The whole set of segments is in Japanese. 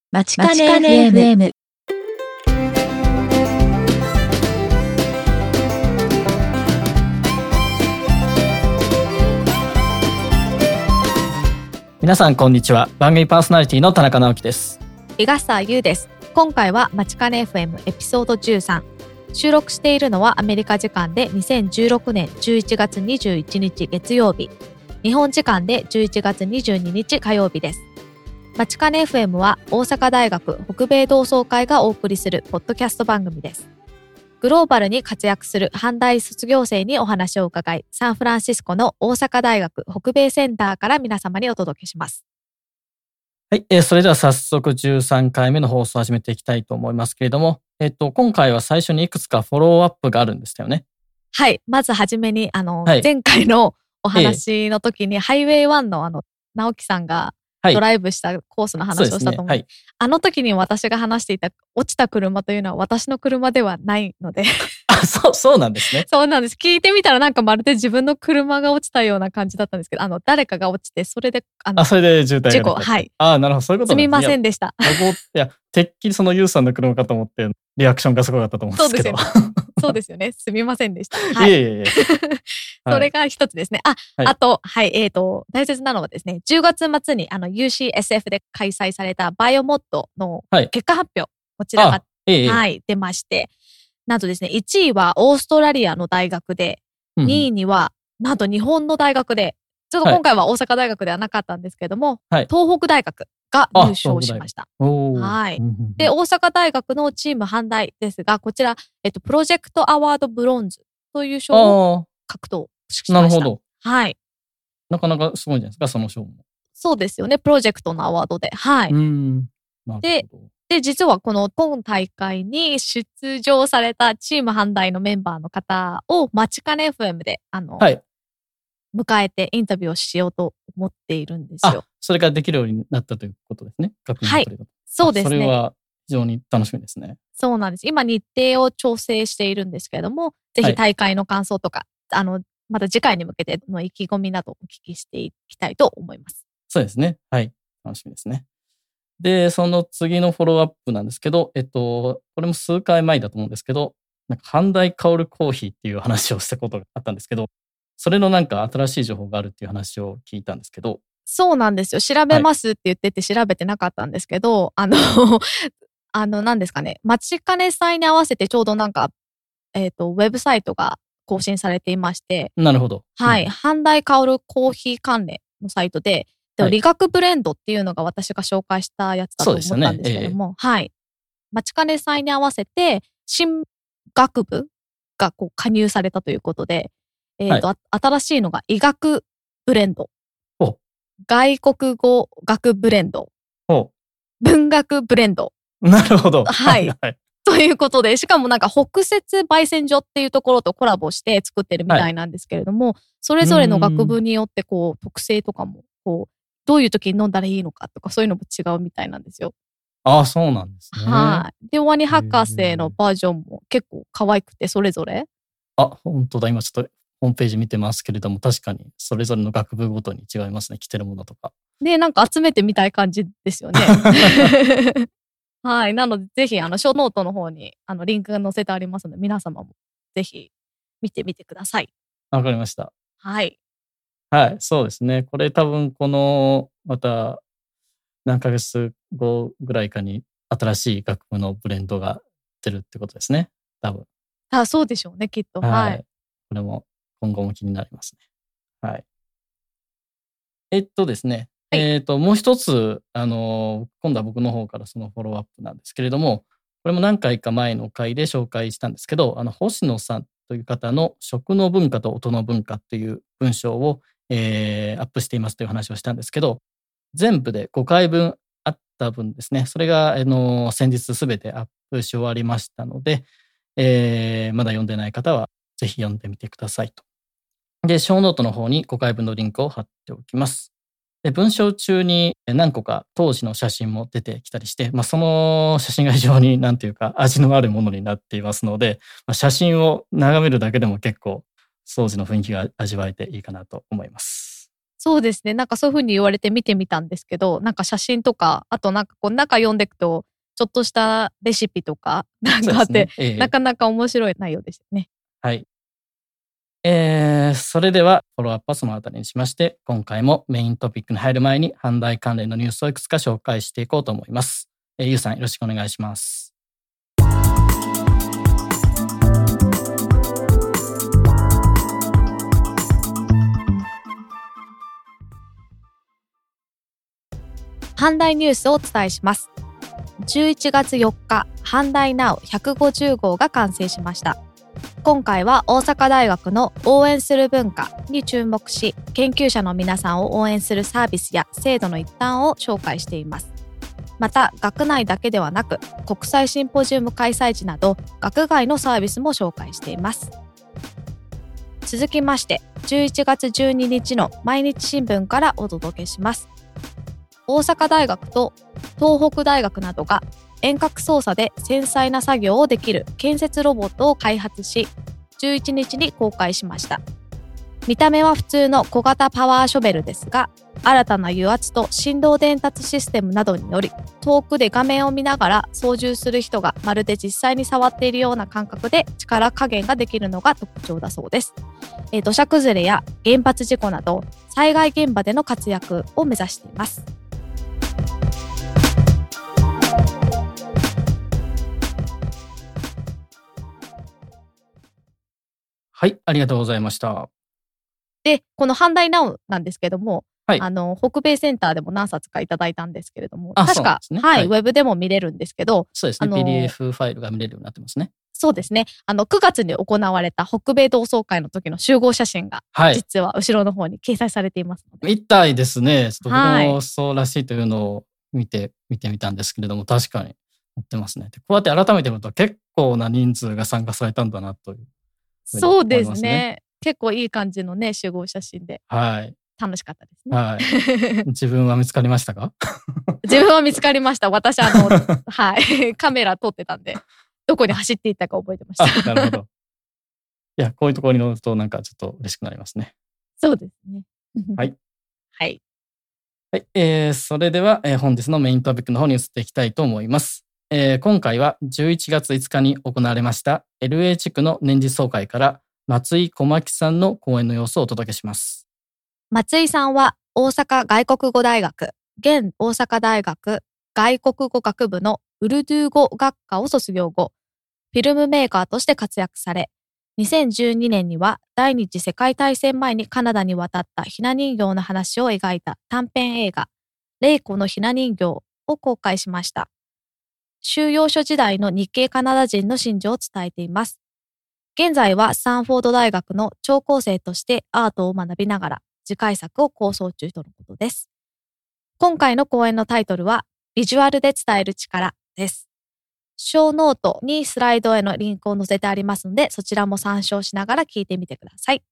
まちかね FM。 皆さんこんにちは。番組パーソナリティの田中直樹です。 井笠優です。今回はまちかね FM エピソード13。収録しているのはアメリカ時間で2016年11月21日月曜日、日本時間で11月22日火曜日です。まちかね FM は大阪大学北米同窓会がお送りするポッドキャスト番組です。グローバルに活躍する阪大卒業生にお話を伺い、サンフランシスコの大阪大学北米センターから皆様にお届けします。 はい、それでは早速13回目の放送を始めていきたいと思いますけれども、今回は最初にいくつかフォローアップがあるんですよね。 はい、まずはじめにはい、 前回のお話の時に、ハイウェイ1の直樹さんがドライブしたコースの話をしたと思う。 はい、 あの時に私が話していた落ちた車というのは私の車ではないのでそうなんですね。 そうなんです。聞いてみたらなんかまるで自分の車が落ちたような感じだったんですけど、誰かが落ちてそれでそれで渋滞が事故、はい。 なるほど、そういうことなんですね。 すみませんでした。 てっきりそのユウさんの車かと思ってリアクションがすごかったと思うんですけど。 そうですよね。すみませんでした。 はい。いえそれが一つですね。 はい、 あと、はい、大切なのはですね、10月末にUCSF で開催されたバイオモッドの結果発表、こちらが、はい、出まして、なんとですね、1位はオーストラリアの大学で、2位には、なんと日本の大学で、ちょっと今回は大阪大学ではなかったんですけども、 はい、 東北大学が優勝しました。はい。で、大阪大学のチーム阪大ですが、こちら、プロジェクトアワードブロンズという賞を獲得しました。 なるほど。 はい。 なかなかすごいんじゃないですか、その賞も。 そうですよね。プロジェクトのアワードで。はい。で、実はこの今大会に出場されたチーム阪大のメンバーの方をまちかね FM で、 はい、 迎えてインタビューをしようと思っているんですよ。 それができるようになったということですね。 はい。そうですね。 それは非常に楽しみですね。 そうなんです。今日程を調整しているんですけれども、ぜひ大会の感想とか、また次回に向けての意気込みなどお聞きしていきたいと思います。 そうですね。はい。楽しみですね。で、その次のフォローアップなんですけど、これも数回前だと思うんですけど、なんか阪大香るコーヒーっていう話をしたことがあったんですけど、それのなんか新しい情報があるっていう話を聞いたんですけど。 そうなんですよ。調べますって言ってて調べてなかったんですけど、何ですかね。まちかね祭に合わせてちょうどなんか、ウェブサイトが更新されていまして。 なるほど。 はい。阪大香るコーヒー関連のサイトで、理学ブレンドっていうのが私が紹介したやつだと思ったんですけども、はい。まちかね祭に合わせて、新学部がこう加入されたということで、新しいのが医学ブレンド。外国語学ブレンド。文学ブレンド。 なるほど。 はい。ということで、しかもなんか北摂焙煎所っていうところとコラボして作ってるみたいなんですけれども、それぞれの学部によってこう特性とかもこうどういう時に飲んだらいいのかとかそういうのも違うみたいなんですよ。 そうなんですね。 はい。で、ワニ博士のバージョンも結構可愛くてそれぞれ。 本当だ。今ちょっとホームページ見てますけれども、確かにそれぞれの学部ごとに違いますね。着てるものとか。 で、なんか集めてみたい感じですよね。はい。なので、ぜひ、ショーノートの方に、リンクが載せてありますので、皆様もぜひ見てみてください。 わかりました。 はい。 はい、そうですね。これ多分また何ヶ月後ぐらいかに新しい学部のブレンドが出るってことですね。多分。 そうでしょうね、きっと。はい。 これも今後も気になりますね。はい。ですね。もう一つ、今度は僕の方からそのフォローアップなんですけれども、これも何回か前の回で紹介したんですけど、星野さんという方の食の文化と音の文化っていう文章を、アップしていますという話をしたんですけど、全部で5回分あった分ですね、それが、先日すべてアップし終わりましたので、まだ読んでない方はぜひ読んでみてくださいと。で、ショーノートの方に5回分のリンクを貼っておきます。で、文章中に何個か当時の写真も出てきたりして、その写真が非常になんていうか味のあるものになっていますので、写真を眺めるだけでも結構当時の雰囲気が味わえていいかなと思います。 そうですね。なんかそういうふうに言われて見てみたんですけど、なんか写真とか、あとなんかこう中読んでいくと、ちょっとしたレシピとかなんかあって、なかなか面白い内容でしたね。 はい。それではフォローアップはそのあたりにしまして、今回もメイントピックに入る前に阪大関連のニュースをいくつか紹介していこうと思います。ゆうさんよろしくお願いします。 阪大ニュースをお伝えします。11月4日、阪大ナウ150号が完成しました。今回は大阪大学の応援する文化に注目し、研究者の皆さんを応援するサービスや制度の一端を紹介しています。また、学内だけではなく、国際シンポジウム開催時など、学外のサービスも紹介しています。続きまして、11月12日の毎日新聞からお届けします。大阪大学と東北大学などが遠隔操作で繊細な作業をできる建設ロボットを開発し、11日に公開しました。見た目は普通の小型パワーショベルですが、新たな油圧と振動伝達システムなどにより、遠くで画面を見ながら操縦する人がまるで実際に触っているような感覚で力加減ができるのが特徴だそうです。土砂崩れや原発事故など災害現場での活躍を目指しています。 はい、ありがとうございました。 で、この阪大ナウなんですけども、 はい、 北米センターでも何冊かいただいたんですけれども、 確か、ね、 はい、ウェブでも見れるんですけど、 そうですね、PDF ファイルが見れるようになってますね。 そうですね。9月に行われた北米同窓会の時の集合写真が、実は後ろの方に掲載されていますので。 みたいですね。ちょっと僕もそうらしいというのを見てみたんですけれども、確かに載ってますね。こうやって改めて見ると結構な人数が参加されたんだなという、ね。 そうですね。結構いい感じのね、集合写真で。 はい。 楽しかったですね。 はい。自分は見つかりましたか？ 自分は見つかりました。私はい。カメラ撮ってたんで、どこに走っていったか覚えてました。 なるほど。いや、こういうところに乗るとなんかちょっと嬉しくなりますね。 そうですね。 はい。 はい。 はい。それでは、本日のメイントピックの方に移っていきたいと思います。今回は11月5日に行われました LA 地区の年次総会から松井小牧さんの講演の様子をお届けします。 松井さんは大阪外国語大学、現大阪大学外国語学部のウルドゥー語学科を卒業後、フィルムメーカーとして活躍され、2012年には第二次世界大戦前にカナダに渡ったひな人形の話を描いた短編映画、レイコのひな人形を公開しました。収容所時代の日系カナダ人の心情を伝えています。現在はスタンフォード大学の聴講生としてアートを学びながら次回作を構想中とのことです。今回の講演のタイトルはビジュアルで伝える力です。小ノートにスライドへのリンクを載せてありますので、そちらも参照しながら聞いてみてください。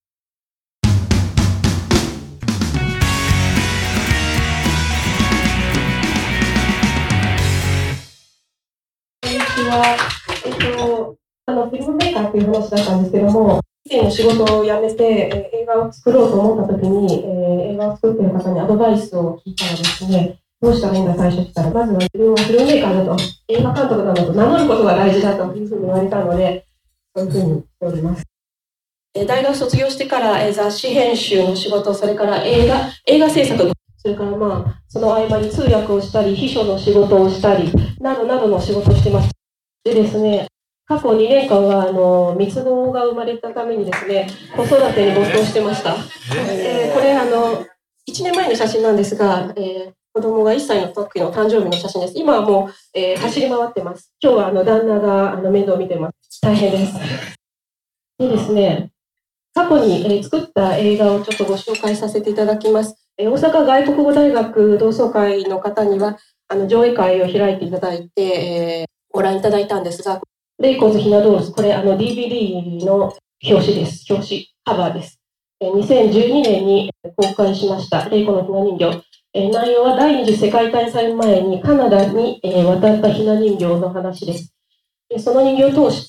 こんにちは。フィルムメーカーという話だったんですけども、以前の仕事を辞めて、映画を作ろうと思ったときに、映画を作っている方にアドバイスを聞いたらですね、どうしたらいいんだ最初って言ったら、まずは自分はフィルムメーカーだと、映画監督だと名乗ることが大事だというふうに言われたので、そういうふうに言っております。大学卒業してから雑誌編集の仕事、それから映画制作、それからその合間に通訳をしたり、秘書の仕事をしたり、などなどの仕事をしています。でですね、過去2年間は三つ子が生まれたためにですね、子育てに没頭してました。これ1年前の写真なんですが、子供が1歳の時の誕生日の写真です。今はもう、走り回ってます。今日は旦那が面倒を見てます。大変です。でですね、過去に作った映画をちょっとご紹介させていただきます。大阪外国語大学同窓会の方には上映会を開いていただいて、ご覧いただいたんですが、レイコーズひなドールズ、これDVD の表紙です。表紙、カバーです。2012年に公開しました、レイコのひな人形。内容は第二次世界大戦前にカナダに渡ったひな人形の話です。その人形を通して、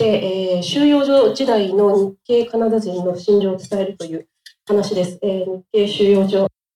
収容所時代の日系カナダ人の心情を伝えるという話です。日系収容所。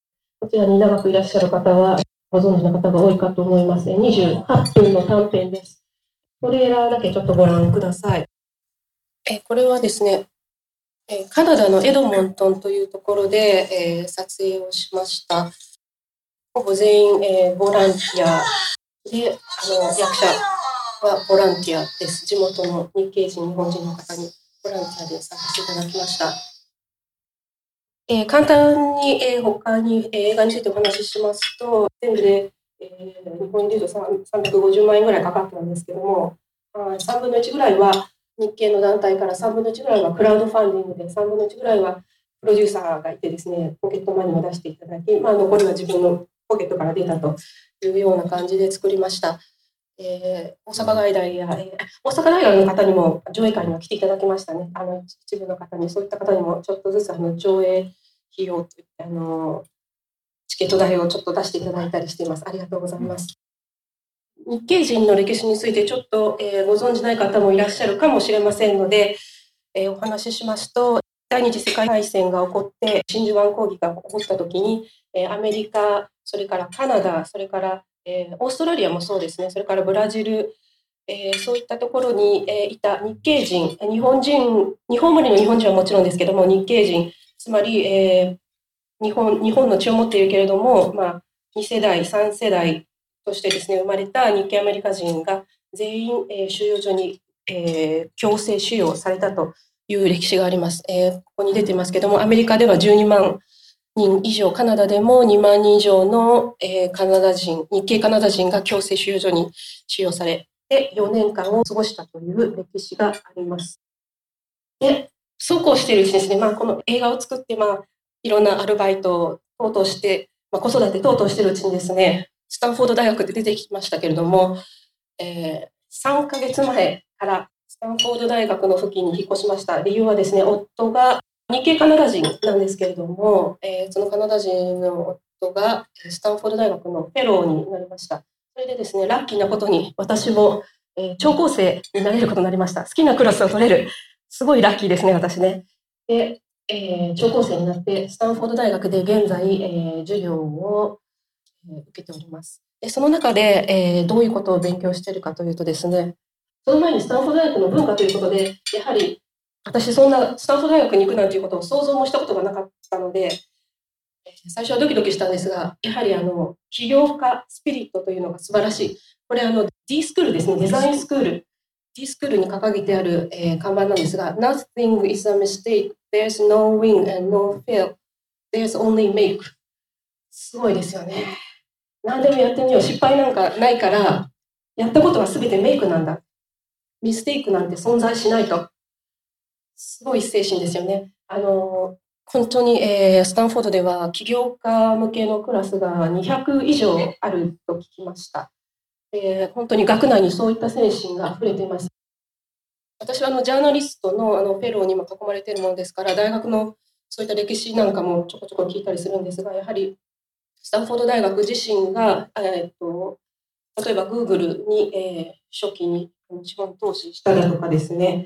こちらに長くいらっしゃる方はご存知の方が多いかと思います。28分の短編です。トレーラーだけちょっとご覧ください。これはですね、カナダのエドモントンというところで、撮影をしました。ほぼ全員、ボランティアで、役者はボランティアです。地元の日系人、日本人の方にボランティアで参加していただきました。簡単に、他に、映画についてお話ししますと、全部で、日本円でいうと350万円ぐらいかかったんですけども、3分の1ぐらいは日系の団体から、3分の1ぐらいはクラウドファンディングで、3分の1ぐらいはプロデューサーがいてですね、ポケットマネーを出していただき、残りは自分のポケットから出たというような感じで作りました。大阪外大や、大阪大学の方にも上映会には来ていただきましたね。一部の方に、そういった方にもちょっとずつ上映費用といってチケット代をちょっと出していただいたりしています。ありがとうございます。日系人の歴史についてちょっと、ご存じない方もいらっしゃるかもしれませんので、お話ししますと、第二次世界大戦が起こって真珠湾攻撃が起こった時に、アメリカ、それからカナダ、それからオーストラリアもそうですね、それからブラジル、そういったところに、いた日系人、日本生まれの日本人はもちろんですけども、日系人、つまり、日本の血を持っているけれども、2世代、3世代としてですね、生まれた日系アメリカ人が全員、収容所に、強制収容されたという歴史があります。ここに出ていますけども、アメリカでは12万人以上、カナダでも2万人以上の、カナダ人、日系カナダ人が強制収容所に収容されて4年間を過ごしたという歴史があります。で、そうこうしているうちにですね、この映画を作って、いろんなアルバイト等々して、子育て等々しているうちにですね、スタンフォード大学で出てきましたけれども、3ヶ月前からスタンフォード大学の付近に引っ越しました。理由はですね、夫が日系カナダ人なんですけれども、そのカナダ人の夫がスタンフォード大学のフェローになりました。それでですね、ラッキーなことに私も、聴講生になれることになりました。好きなクラスを取れる。すごいラッキーですね、私ね。で、聴講生になってスタンフォード大学で現在、授業を、受けております。でその中で、どういうことを勉強しているかというとですね、その前にスタンフォード大学の文化ということで、やはり私そんなスタンフォード大学に行くなんていうことを想像もしたことがなかったので、最初はドキドキしたんですが、やはり起業家スピリットというのが素晴らしい。これD スクールですね、デザインスクール。D スクールに掲げてある、看板なんですが、Nothing is a mistake. There's no win and no fail. There's only make. すごいですよね。何でもやってみよう。失敗なんかないから、やったことは全てメイクなんだ。ミステイクなんて存在しないと。すごい精神ですよね。本当に、スタンフォードでは起業家向けのクラスが200以上あると聞きました。本当に学内にそういった精神が溢れています。私はジャーナリストのフェローにも囲まれているものですから、大学のそういった歴史なんかもちょこちょこ聞いたりするんですが、やはりスタンフォード大学自身が、例えば Google に、初期に資本投資したりとかですね、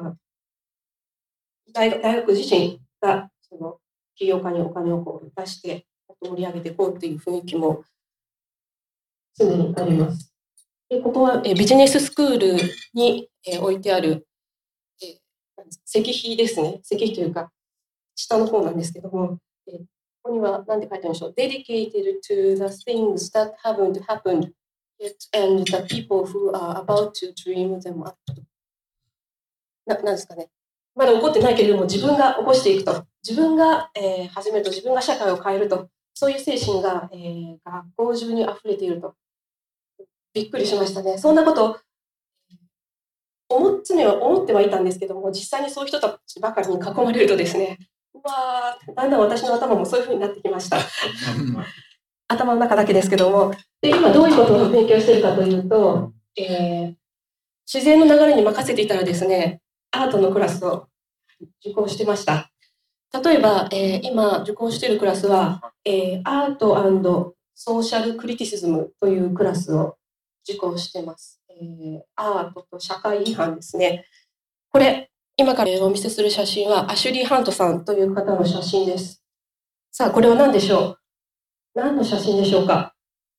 大学自身がその起業家にお金を出して盛り上げていこうという雰囲気も常にあります。でここは、ビジネススクールに、置いてある、石碑ですね。石碑というか下の方なんですけども、ここには何て書いてあるんでしょう。Dedicated to the things that haven't happened yet and the people who are about to dream them up. なんですかね。まだ起こってないけれども自分が起こしていくと。自分が、始めると。自分が社会を変えると。そういう精神が、学校中に溢れていると。びっくりしましたね。そんなこと常には思ってはいたんですけども、実際にそういう人たちばかりに囲まれるとですね、だんだん私の頭もそういう風になってきました。頭の中だけですけども。で、今どういうことを勉強しているかというと、自然の流れに任せていたらですね、アートのクラスを受講してました。例えば、今受講しているクラスは、アート&ソーシャルクリティシズムというクラスを受講しています。アートと社会違反ですね。これ、今からお見せする写真はアシュリー・ハントさんという方の写真です。さあ、これは何でしょう？ 何の写真でしょうか？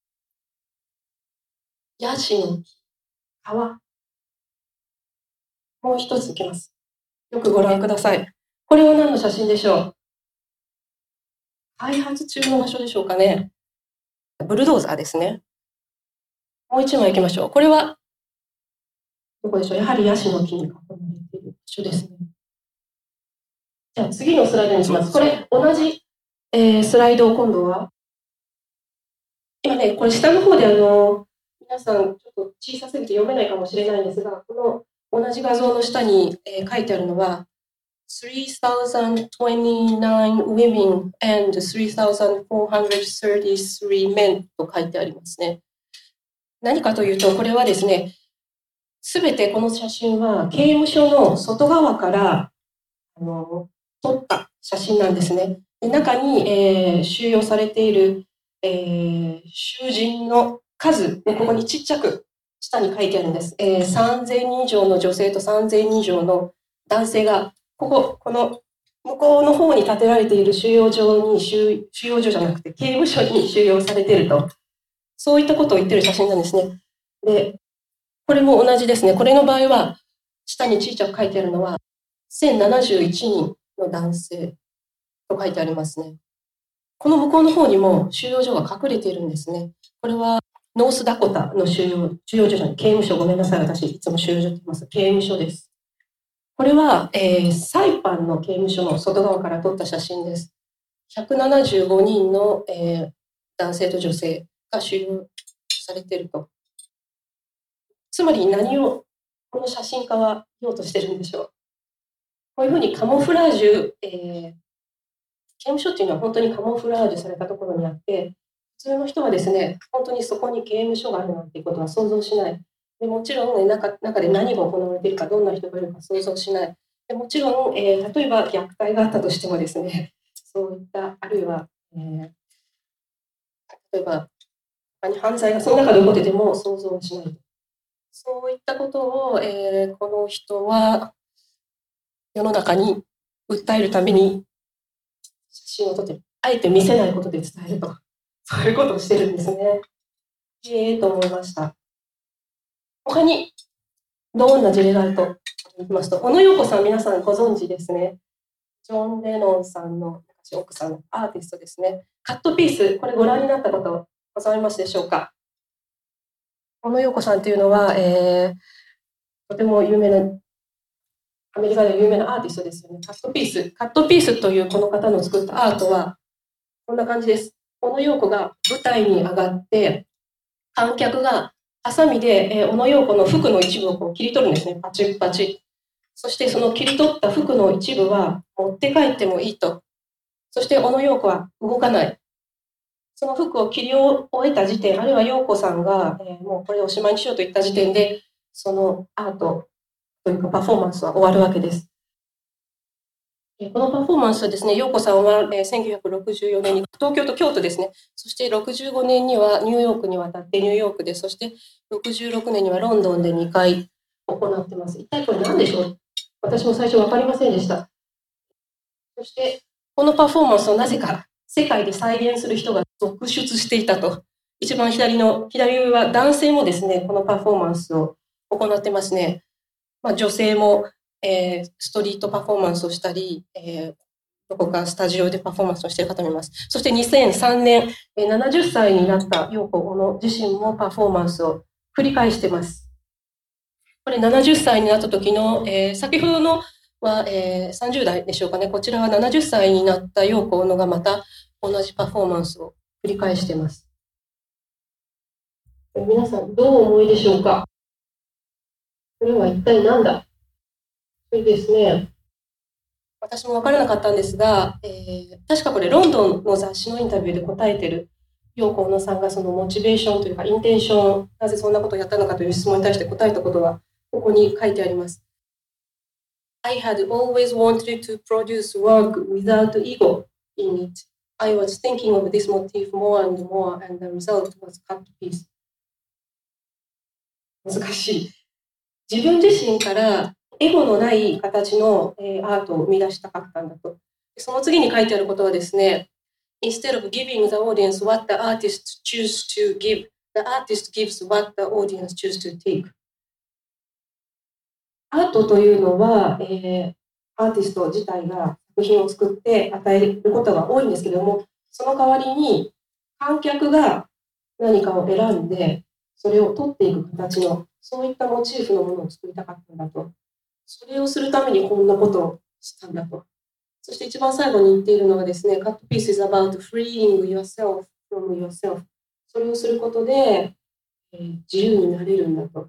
ヤシの木、川。もう一ついきます。よくご覧ください。これは何の写真でしょう？開発中の場所でしょうかね。ブルドーザーですね。もう一枚行きましょう。これはどこでしょう？やはりヤシの木に囲まれている場所ですね。じゃあ次のスライドにします。これ同じ、スライドを今度は今ね、これ下の方で皆さんちょっと小さすぎて読めないかもしれないんですが、この同じ画像の下に、書いてあるのは3029 women and 3433 men と書いてありますね。何かというと、これはですね、すべてこの写真は刑務所の外側から撮った写真なんですね。で中に、収容されている、囚人の数、ここにちっちゃく下に書いてあるんです。3000人以上の女性と3000人以上の男性が、この向こうの方に建てられている収容所じゃなくて刑務所に収容されていると。そういったことを言ってる写真なんですね。で、これも同じですね。これの場合は、下にちっちゃく書いてあるのは、1071人の男性と書いてありますね。この向こうの方にも収容所が隠れているんですね。これはノースダコタの収容所じゃない、刑務所、ごめんなさい。私、いつも収容所って言います。刑務所です。これは、サイパンの刑務所の外側から撮った写真です。175人の、男性と女性が収容されていると。つまり何をこの写真家は言おうとしてるんでしょう。こういうふうにカモフラージュ、刑務所っていうのは本当にカモフラージュされたところにあって、普通の人はですね、本当にそこに刑務所があるなんていうことは想像しない。でもちろん、中で何が行われているか、どんな人がいるか想像しない。でもちろん、例えば虐待があったとしてもですね、そういった、あるいは、例えば、他に犯罪がその中で起こってても想像しない。そういったことを、この人は世の中に訴えるために写真を撮ってる。あえて見せないことで伝えると。そういうことをしてるんですね。と思いました。他にどんな事例があると言いますと、小野洋子さん、皆さんご存知ですね。ジョン・レノンさんの奥さんのアーティストですね。カットピース、これご覧になったことございますでしょうか。小野洋子さんというのは、とても有名な、アメリカで有名なアーティストですよね。カットピース。カットピースというこの方の作ったアートは、こんな感じです。小野洋子が舞台に上がって、観客がハサミで、小野洋子の服の一部をこう切り取るんですね。パチッパチッ。そしてその切り取った服の一部は持って帰ってもいいと。そして小野洋子は動かない。その服を切り終えた時点、あるいは洋子さんが、もうこれおしまいにしようと言った時点で、そのアートというかパフォーマンスは終わるわけです。このパフォーマンスはですね、洋子さんは1964年に東京と京都ですね、そして65年にはニューヨークに渡ってニューヨークで、そして66年にはロンドンで2回行っています。一体これ何でしょう？私も最初分かりませんでした。そしてこのパフォーマンスをなぜか世界で再現する人が続出していたと。一番左上は男性もですね、このパフォーマンスを行ってますね。女性もストリートパフォーマンスをしたり、どこかスタジオでパフォーマンスをしている方もいます。そして2003年、70歳になった洋子小野自身もパフォーマンスを繰り返しています。これ70歳になった時の、先ほどのは、30代でしょうかね。こちらは70歳になった洋子小野がまた同じパフォーマンスを繰り返しています。皆さんどうお思いでしょうか？これは一体何だ？それですね、私も分からなかったんですが、確かこれロンドンの雑誌のインタビューで答えている洋子小野さんがそのモチベーションというかインテンション、なぜそんなことをやったのかという質問に対して答えたことはここに書いてあります。I had always wanted to produce work without ego in it. I was thinking of this motif more and more, and the result was cut piece. 難しい。自分自身からエゴのない形のアートを生み出したかったんだと。その次に書いてあることはですね、 instead of giving the audience what the artist choose to give, the artist gives what the audience choose to take. アートというのは、アーティスト自体が作品を作って与えることが多いんですけれども、その代わりに観客が何かを選んでそれを取っていく形のそういったモチーフのものを作りたかったんだと。それをするためにこんなことをしたんだと。そして一番最後に言っているのがですね、Cut piece is about freeing yourself from yourself。それをすることで、自由になれるんだと。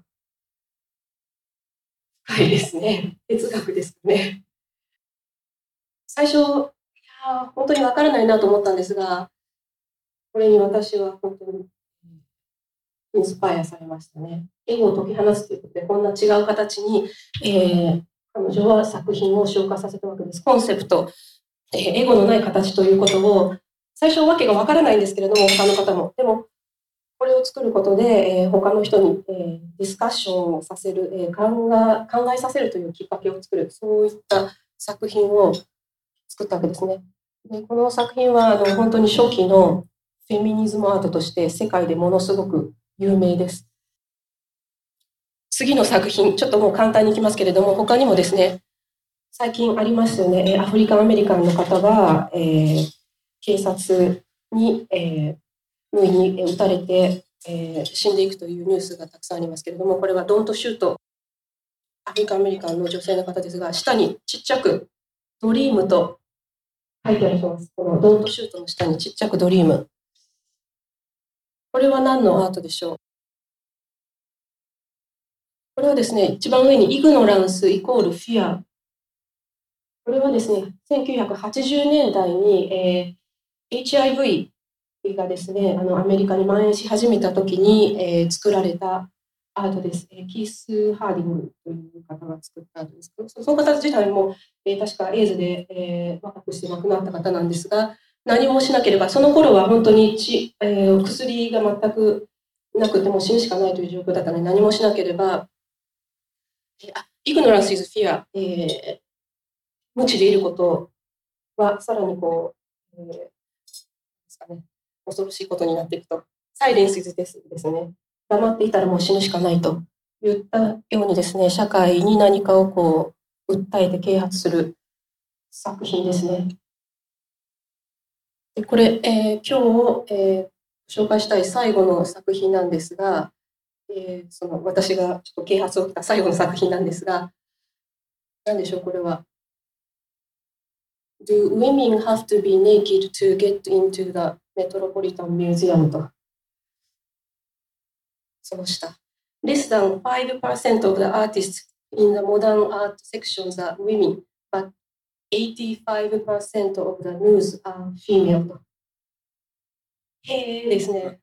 はいですね。哲学ですね。最初、本当にわからないなと思ったんですが、これに私は本当にインスパイアされましたね。エゴを解き放つということで、こんな違う形に、彼女は作品を昇華させたわけです。コンセプト、エゴのない形ということを、最初わけがわからないんですけれども、他の方も。でも、これを作ることで、他の人に、ディスカッションをさせる、考えさせるというきっかけを作る、そういった作品を作ったわけですね。でこの作品は本当に初期のフェミニズムアートとして世界でものすごく有名です。次の作品、ちょっともう簡単にいきますけれども、他にもですね、最近ありますよね、アフリカンアメリカンの方が、警察に、無意に撃たれて、死んでいくというニュースがたくさんありますけれども、これはドントシュート、アフリカンアメリカンの女性の方ですが、下にちっちゃくドリームと書いてあります。このドントシュートの下にちっちゃくドリーム。これは何のアートでしょう？これはですね、一番上にイグノランスイコールフィア。これはですね、1980年代に、HIV がですね、アメリカに蔓延し始めた時に、作られたアートです。キース・ハーディングという方が作ったアートです。その方自体も、確かエイズで、若くして亡くなった方なんですが、何もしなければ、その頃は本当に薬が全くなくても死ぬしかないという状況だったので、何もしなければ、Ignorance is fear、無知でいることはさらにですかね、恐ろしいことになっていくと。Silence is deathですね。黙っていたらもう死ぬしかないといったようにですね、社会に何かを訴えて啓発する作品ですね。でこれ、今日、紹介したい最後の作品なんですが、その私がちょっと啓発を受けた最後の作品なんですが、何でしょう、これは。Do women have to be naked to get into the Metropolitan Museum? と。その下。Less than 5% of the artists in the modern art sections are women, but 85% of the nudes are female. と。ですね。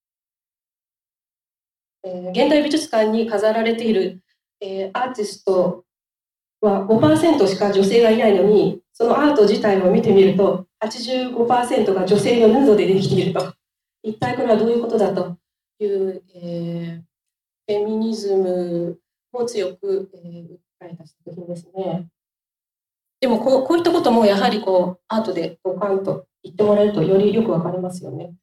現代美術館に飾られている、アーティストは 5% しか女性がいないのに、そのアート自体を見てみると 85% が女性のヌードでできていると。一体これはどういうことだという、フェミニズムを強く、訴えた作品ですね。でもこういったこともやはりアートでドカンと言ってもらえるとよりよくわかりますよね。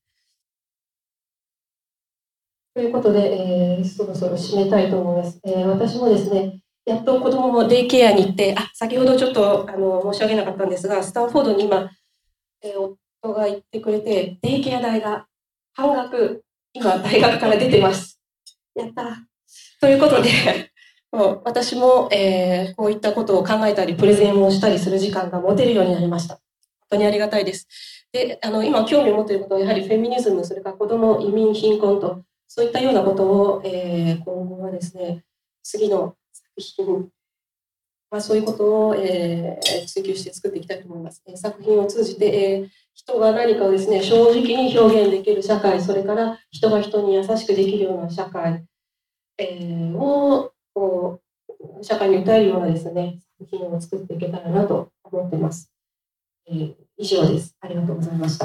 ということで、そろそろ締めたいと思います。私もですね、やっと子供もデイケアに行って、先ほどちょっと申し上げなかったんですが、スタンフォードに今、夫が行ってくれて、デイケア代が半額、今大学から出てます。やったということで、もう私も、こういったことを考えたり、プレゼンをしたりする時間が持てるようになりました。本当にありがたいです。で、今興味を持っていることは、やはりフェミニズム、それから子ども、移民、貧困と、そういったようなことを、今後はですね、次の作品、そういうことを、追求して作っていきたいと思います。作品を通じて、人が何かをですね、正直に表現できる社会、それから人が人に優しくできるような社会、を社会に訴えるようなですね、作品を作っていけたらなと思っています。以上です。ありがとうございました。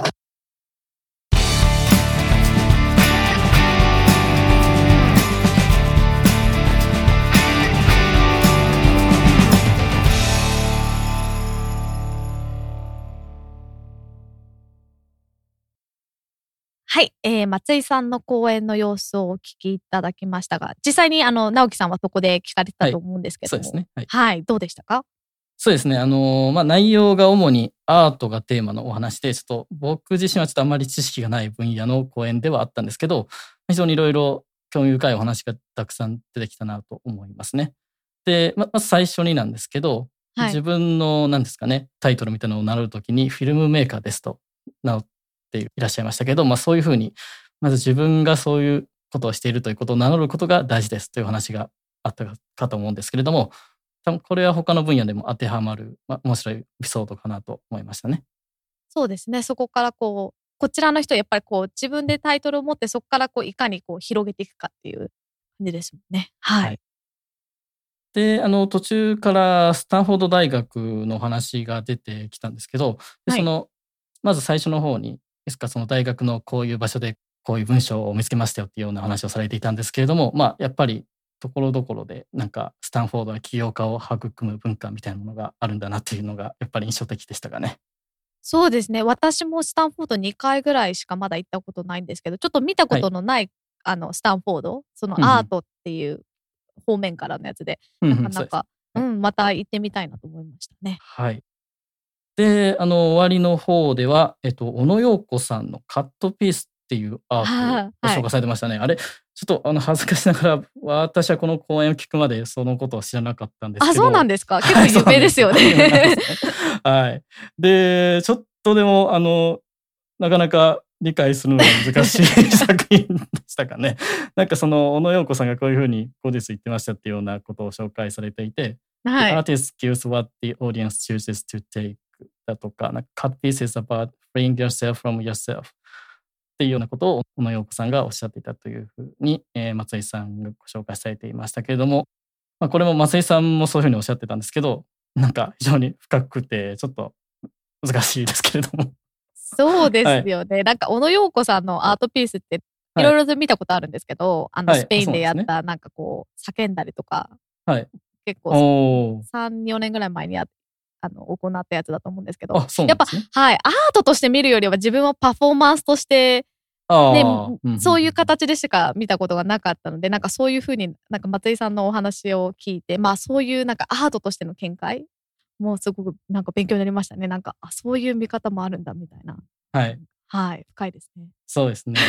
はい、松井さんの講演の様子をお聞きいただきましたが、実際に直樹さんはそこで聞かれてたと思うんですけども、 そうですね。 はい、どうでしたか？ そうですね。内容が主にアートがテーマのお話で、ちょっと僕自身はちょっとあまり知識がない分野の講演ではあったんですけど、非常にいろいろ興味深いお話がたくさん出てきたなと思いますね。で、まず最初になんですけど、 はい、 自分の何ですかね、タイトルみたいなのを名乗るときにフィルムメーカーですと名乗っていらっしゃいましたけど、そういうふうに、まず自分がそういうことをしているということを名乗ることが大事ですという話があったかと思うんですけれども、多分これは他の分野でも当てはまる、面白いエピソードかなと思いましたね。 そうですね。そこからこちらの人はやっぱり自分でタイトルを持ってそこからいかに広げていくかっていう感じですもんね。はい。 で、途中からスタンフォード大学の話が出てきたんですけど、でまず最初の方に、ですからその大学のこういう場所でこういう文章を見つけましたよっていうような話をされていたんですけれども、やっぱりところどころでなんかスタンフォードは起業家を育む文化みたいなものがあるんだなっていうのがやっぱり印象的でしたかね。 そうですね。私もスタンフォード2回ぐらいしかまだ行ったことないんですけど、ちょっと見たことのない、スタンフォード、そのアートっていう方面からのやつで、なかなか、また行ってみたいなと思いましたね。 はい。で、終わりの方では、小野洋子さんのカットピースっていうアートをご紹介されてましたね。あれ、ちょっと恥ずかしながら、私はこの講演を聞くまでそのことを知らなかったんですけど。 あ、そうなんですか。結構有名ですよね。 はい。で、ちょっとでも、なかなか理解するのが難しい作品でしたかね。なんかその、小野洋子さんがこういうふうに後日言ってましたっていうようなことを紹介されていて、 はい、 The artist gives what the audience chooses to take だとか、cut pieces about freeing yourself from yourself っていうようなことを小野洋子さんがおっしゃっていたというふうに、松井さんがご紹介されていましたけれども、これも松井さんもそういうふうにおっしゃってたんですけど、なんか非常に深くてちょっと難しいですけれども。 そうですよね。なんか小野洋子さんのアートピースっていろいろと見たことあるんですけど、スペインでやったなんか叫んだりとか、結構3、4年ぐらい前に行ったやつだと思うんですけど、やっぱ、はい、アートとして見るよりは自分はパフォーマンスとして、そういう形でしか見たことがなかったので、なんかそういうふうになんか松井さんのお話を聞いて、そういうなんかアートとしての見解もうすごくなんか勉強になりましたね。なんかそういう見方もあるんだみたいな。はい、深いですね。 そうですね。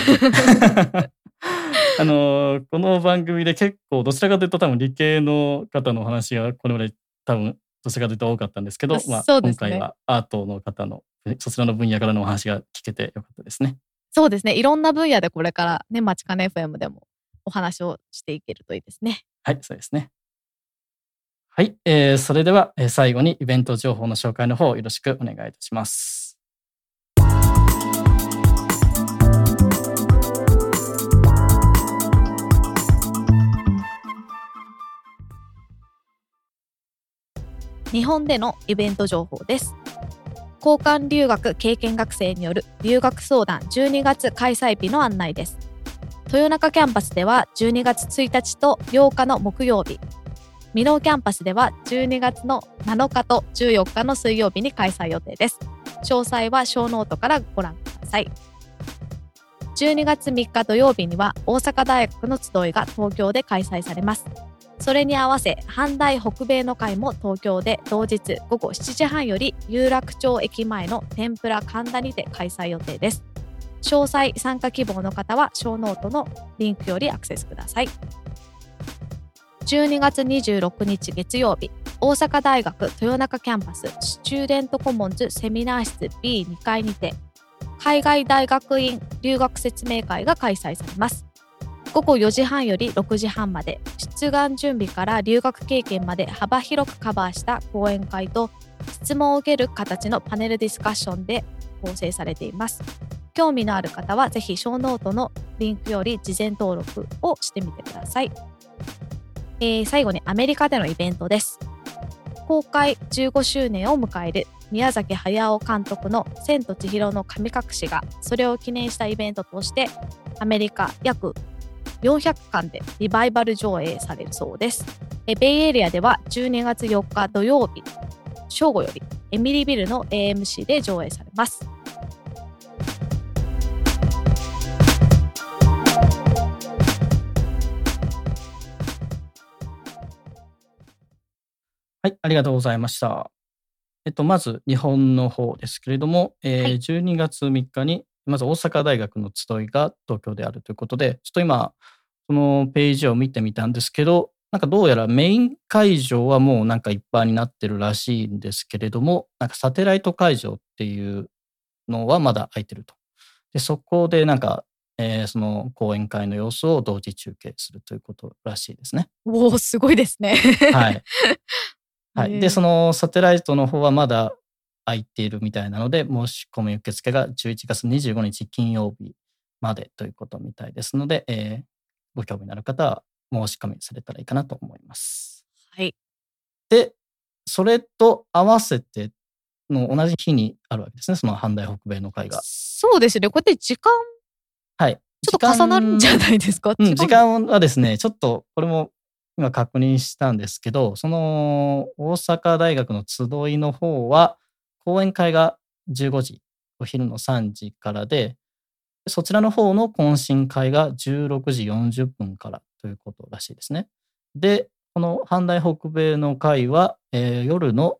この番組で結構どちらかというと多分理系の方のお話がこれまで多分どちらかというと多かったんですけど、今回はアートの方のそちらの分野からのお話が聞けてよかったですね。 そうですね。いろんな分野でこれからね、マチカネ FM でもお話をしていけるといいですね。 はい、そうですね。はい、それでは最後にイベント情報の紹介の方よろしくお願いいたします。 日本でのイベント情報です。交換留学経験学生による留学相談12月開催日の案内です。豊中キャンパスでは12月1日と8日の木曜日、箕面キャンパスでは12月の7日と14日の水曜日に開催予定です。詳細はショーノートからご覧ください。12月3日土曜日には大阪大学の集いが東京で開催されます。それに合わせ阪大北米の会も東京で同日午後7時半より有楽町駅前の天ぷら神田にて開催予定です。詳細参加希望の方はショーノートのリンクよりアクセスください。12月26日月曜日、大阪大学豊中キャンパススチューデントコモンズセミナー室 B2 階にて海外大学院留学説明会が開催されます。午後4時半より6時半まで出願準備から留学経験まで幅広くカバーした講演会と質問を受ける形のパネルディスカッションで構成されています。興味のある方はぜひショーノートのリンクより事前登録をしてみてください。最後にアメリカでのイベントです。公開15周年を迎える宮崎駿監督の千と千尋の神隠しがそれを記念したイベントとしてアメリカ約400館でリバイバル上映されるそうです。ベイエリアでは12月4日土曜日正午よりエミリービルの AMC で上映されます。 はい、ありがとうございました。まず日本の方ですけれども、12月3日にまず大阪大学の集いが東京であるということで、ちょっと今そのページを見てみたんですけど、なんかどうやらメイン会場はもうなんかいっぱいになってるらしいんですけれども、なんかサテライト会場っていうのはまだ空いてると。で、そこでなんか、その講演会の様子を同時中継するということらしいですね。 おー、すごいですね。 はい。はい。で、そのサテライトの方はまだ空いているみたいなので、申し込み受付が11月25日金曜日までということみたいですので、ご興味のある方は申し込みされたらいいかなと思います。 はい。 で、それと合わせての同じ日にあるわけですね、その阪大北米の会が。 そうですね。こうやって時間、 はい。 ちょっと重なるんじゃないですか？ 時間はですね、ちょっとこれも今確認したんですけど、その大阪大学の集いの方は、講演会が15時、お昼の3時からで、そちらの方の懇親会が16時40分からということらしいですね。で、この阪大北米の会は、夜の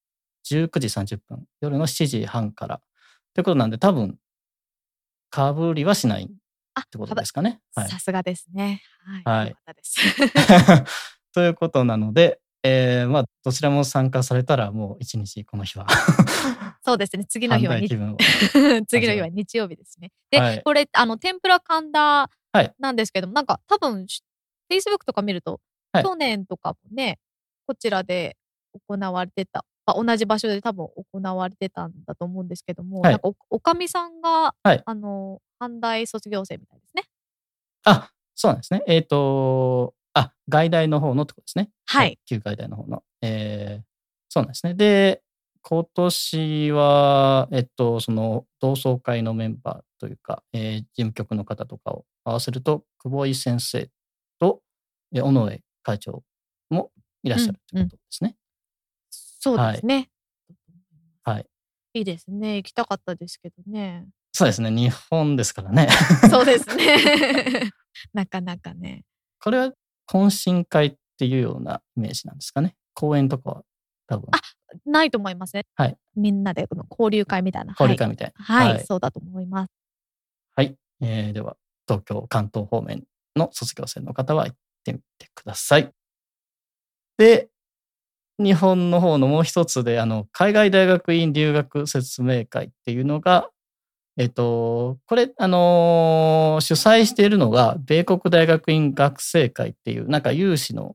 19時30分、夜の7時半からということなんで、多分、かぶりはしないってことですかね。はい。 さすがですね。はい。 はい。 よかったです。 ということなので、まあ、どちらも参加されたら、もう一日この日はそうですね。次の日は反対気分を次の日は日曜日ですね。で、 はい。 これ、天ぷら神田はい。 なんですけども、なんか多分、Facebook とか見ると、 はい。 去年とかもね、こちらで行われてた、同じ場所で多分行われてたんだと思うんですけども、 はい。 なんかおかみさんが、 はい。 阪大卒業生みたいですね。 あ、そうなんですね。外大の方のってことですね。 はい。 旧外大の方の。そうなんですね。で、今年は、その同窓会のメンバーというか、事務局の方とかを合わせると、久保井先生と、尾上会長もいらっしゃるということですね。 そうではい。 すね。 はい。 いいですね。行きたかったですけどね。 そうですね。日本ですからね。 そうですね。なかなかね。 これは懇親会っていうようなイメージなんですかね。講演とかは多分。 ないと思いますね。 はい。 みんなで交流会みたいな。 交流会みたいな。 はい。 はい。 そうだと思います。 はい。では、東京、関東方面の卒業生の方は行ってみてください。で、日本の方のもう一つで、海外大学院留学説明会っていうのが、これ、主催しているのが、米国大学院学生会っていう、なんか有志の、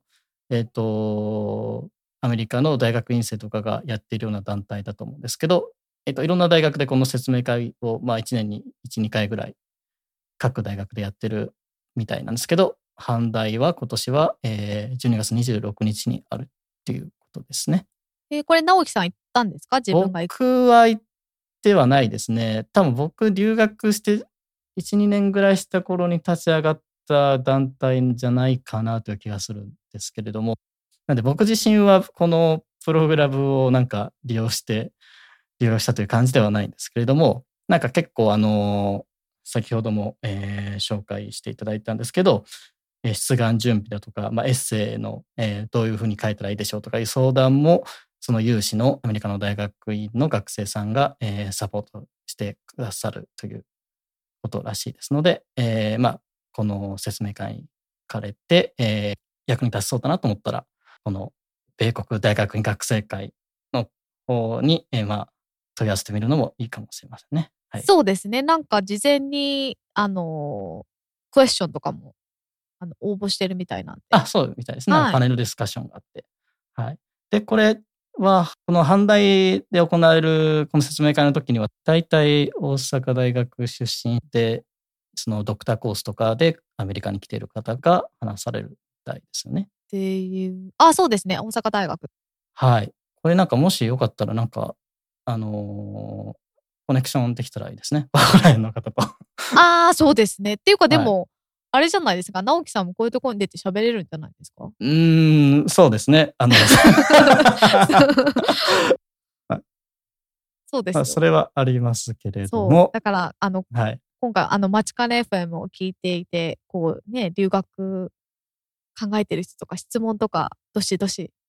アメリカの大学院生とかがやっているような団体だと思うんですけど、いろんな大学でこの説明会を、まあ、1年に1、2回ぐらい、各大学でやってるみたいなんですけど、阪大は今年は、12月26日にあるっていうことですね。 これ、直樹さん行ったんですか？自分が行く。 僕は行ってはないですね。多分僕留学して1、2年ぐらいした頃に立ち上がった団体じゃないかなという気がするんですけれども。なんで僕自身はこのプログラムをなんか利用して留学したという感じではないんですけれども、なんか結構先ほども、紹介していただいたんですけど、出願準備だとか、まあ、エッセイの、どういうふうに書いたらいいでしょうとかいう相談も、その有志のアメリカの大学院の学生さんが、サポートしてくださるということらしいですので、まあ、この説明会に行かれて、役に立ちそうだなと思ったら、この米国大学院学生会の方に、まあ、問い合わせてみるのもいいかもしれませんね。はい。 そうですね。なんか事前に、クエスチョンとかも、応募してるみたいなんで。 そうみたいですね。 はい。 パネルディスカッションがあって。はい。で、これは、この阪大で行われるこの説明会の時には、大体大阪大学出身で、そのドクターコースとかでアメリカに来ている方が話されるみたいですよね。 っていう。そうですね。大阪大学。 はい。これなんかもしよかったらなんか、コネクションできたらいいですね。ここら辺の方と。 そうですね。っていうかではい。 も、あれじゃないですか。直樹さんもこういうところに出て喋れるんじゃないですか？ そうですね。 そうですまあ、 よ。 それはありますけれどそう。 も、 だから、 はい。 今回、マチカネ FM を聞いていて、こうね、留学考えてる人とか質問とか、どしどし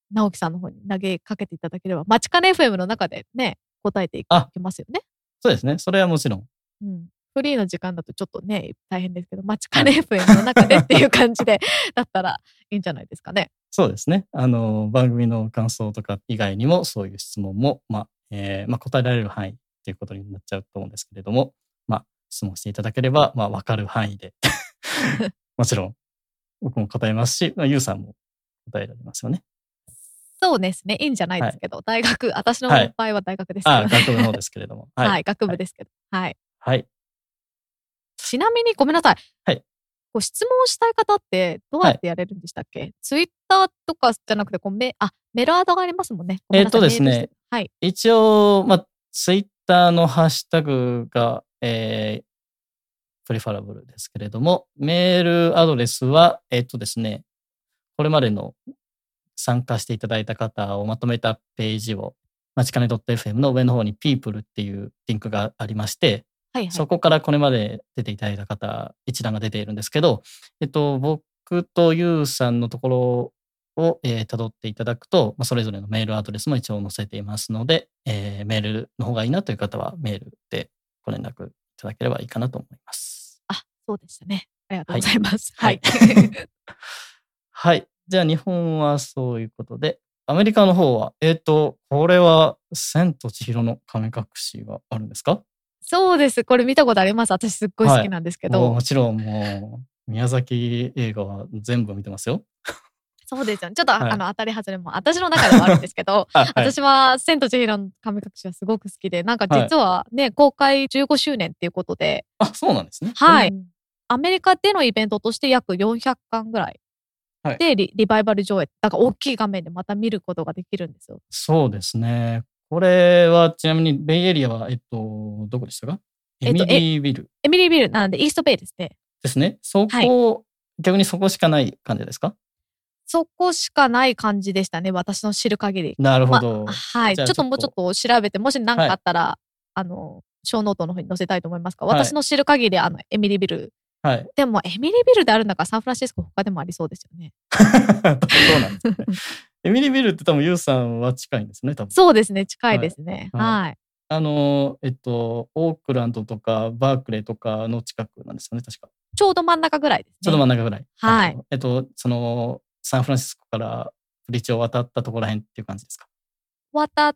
直樹さんの方に投げかけていただければ、マチカネ FM の中でね、答えていきますよね。 そうですね。それはもちろん。 うん。フリーの時間だとちょっとね、大変ですけど、マチカネ FM の中でっていう感じで、だったらいいんじゃないですかね。 そうですね。番組の感想とか以外にも、そういう質問も、答えられる範囲ということになっちゃうと思うんですけれども、質問していただければ、わかる範囲で、もちろん、僕も答えますし、ユウさんも答えられますよね。 そうですね。いいんじゃないですけど、大学、私の場合は大学ですけどね。 学部の方ですけれども。 はい、学部ですけど。はい。 はい。 ちなみにごめんなさい。 はい。 質問したい方ってどうやってやれるんでしたっけ？ツイッターとかじゃなくてメールアドがありますもんね。 ですね。 はい。 一応、ツイッターのハッシュタグが、プレファラブルですけれども、メールアドレスは、ですね、これまでの参加していただいた方をまとめたページを、マチカネ .fm の上の方に People っていうリンクがありまして、はいはい、そこからこれまで出ていただいた方、一覧が出ているんですけど、僕とユウさんのところを辿っていただくと、それぞれのメールアドレスも一応載せていますので、メールの方がいいなという方はメールでご連絡いただければいいかなと思います。 あ、そうでしたね。ありがとうございます。 はい。はい。じゃあ日本はそういうことで、アメリカの方は、これは千と千尋の神隠しがあるんですか？ そうです。これ見たことあります。私すっごい好きなんですけど。 もちろんもう、宮崎映画は全部見てますよ。 そうですよね。ちょっと、当たり外れも私の中ではあるんですけど、私は千と千尋の神隠しはすごく好きで、なんか実はね、公開15周年っていうことで。 あ、そうなんですね。 はい。アメリカでのイベントとして約400巻ぐらいでリバイバル上映。だから大きい画面でまた見ることができるんですよ。 そうですね。これはちなみにベイエリアは、どこでしたか？エミリービル。 エミリービルなんでイーストベイですね。 ですね。そこ、逆にそこしかない感じですか？ そこしかない感じでしたね。私の知る限り。 なるほど。 はい。ちょっともうちょっと調べて、もし何かあったら、ショーノートの方に載せたいと思いますが、私の知る限り、エミリービル。はい。でも、エミリービルであるんだから、サンフランシスコ他でもありそうですよね。 そうなんですね。エミリービルって多分、ユウさんは近いんですね、多分。 そうですね、近いですね。はい。 オークランドとか、バークレーとかの近くなんですよね、確か。 ちょうど真ん中ぐらいですね。 ちょうど真ん中ぐらい。 はい。 サンフランシスコからブリッジを渡ったところらへんっていう感じですか？ 渡って、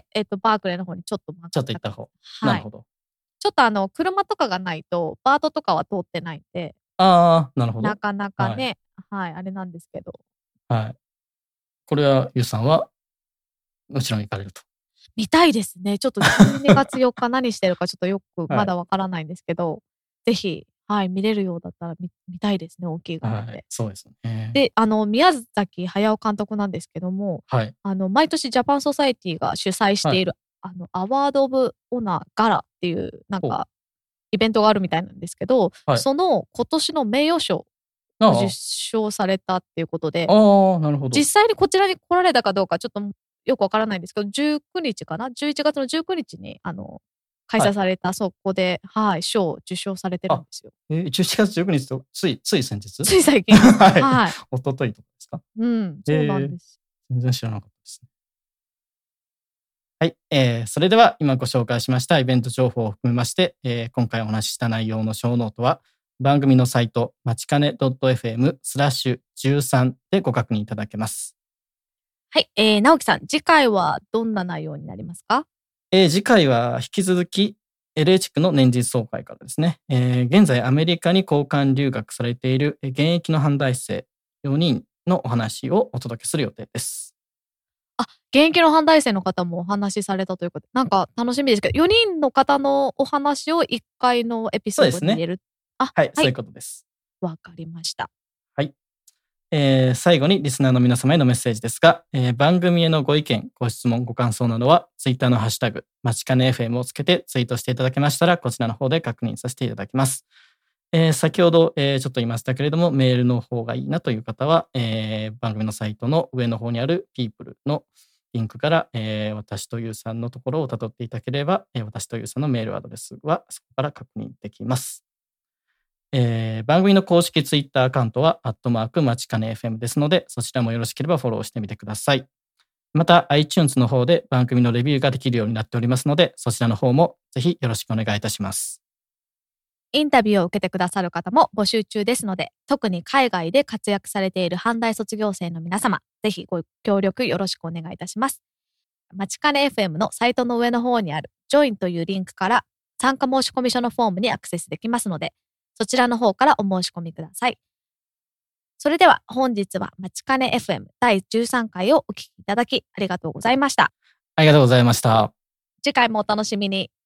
バークレーの方にちょっとちょっと行った方。 はい。なるほど。ちょっと車とかがないと、バートとかは通ってないんで。 ああ、なるほど。 なかなかね、はい、あれなんですけど。 はい。これは、ユウさんは、もちろん行かれると。 見たいですね。ちょっと12月4日何してるかちょっとよくまだわからないんですけど、ぜひ、はい、見れるようだったら見たいですね、大きい画面で。 そうですね。 で、宮崎駿監督なんですけども、毎年ジャパンソサエティが主催している、アワード・オブ・オナー・ガラっていう、なんか、イベントがあるみたいなんですけど、その今年の名誉賞を受賞されたっていうことで、 なるほど。 実際にこちらに来られたかどうかちょっとよくわからないんですけど、19日かな ?11 月の19日に、開催された、そこで、はい、賞を受賞されてるんですよ。 11月19日と、つい先日？ つい最近。はい。 一昨日とかですか？ うん、そうなんです。 全然知らなかったですね。はい、それでは今ご紹介しましたイベント情報を含めまして、今回お話しした内容のショーノートは、番組のサイト、まちかね .fm/13 でご確認いただけます。 はい、直樹さん、次回はどんな内容になりますか？ 次回は引き続き LA 地区の年次総会からですね、現在アメリカに交換留学されている現役の阪大生4人のお話をお届けする予定です。 現役の阪大生の方もお話しされたということで、なんか楽しみですけど、4人の方のお話を1回のエピソードに入れる。 はい、そういうことです。 わかりました。 はい。最後にリスナーの皆様へのメッセージですが、番組へのご意見、ご質問、ご感想などは、ツイッターのハッシュタグ、まちかね FM をつけてツイートしていただけましたら、こちらの方で確認させていただきます。先ほど、ちょっと言いましたけれども、メールの方がいいなという方は、番組のサイトの上の方にある People のリンクから、私とゆうさんのところを辿っていただければ、私とゆうさんのメールアドレスはそこから確認できます。 番組の公式ツイッターアカウントは、まちかね FM ですので、そちらもよろしければフォローしてみてください。また、iTunes の方で番組のレビューができるようになっておりますので、そちらの方もぜひよろしくお願いいたします。 インタビューを受けてくださる方も募集中ですので、特に海外で活躍されている阪大卒業生の皆様、ぜひご協力よろしくお願いいたします。まちかね FM のサイトの上の方にある Join というリンクから参加申込書のフォームにアクセスできますので、そちらの方からお申し込みください。それでは本日はまちかね FM 第13回をお聞きいただきありがとうございました。 ありがとうございました。 次回もお楽しみに。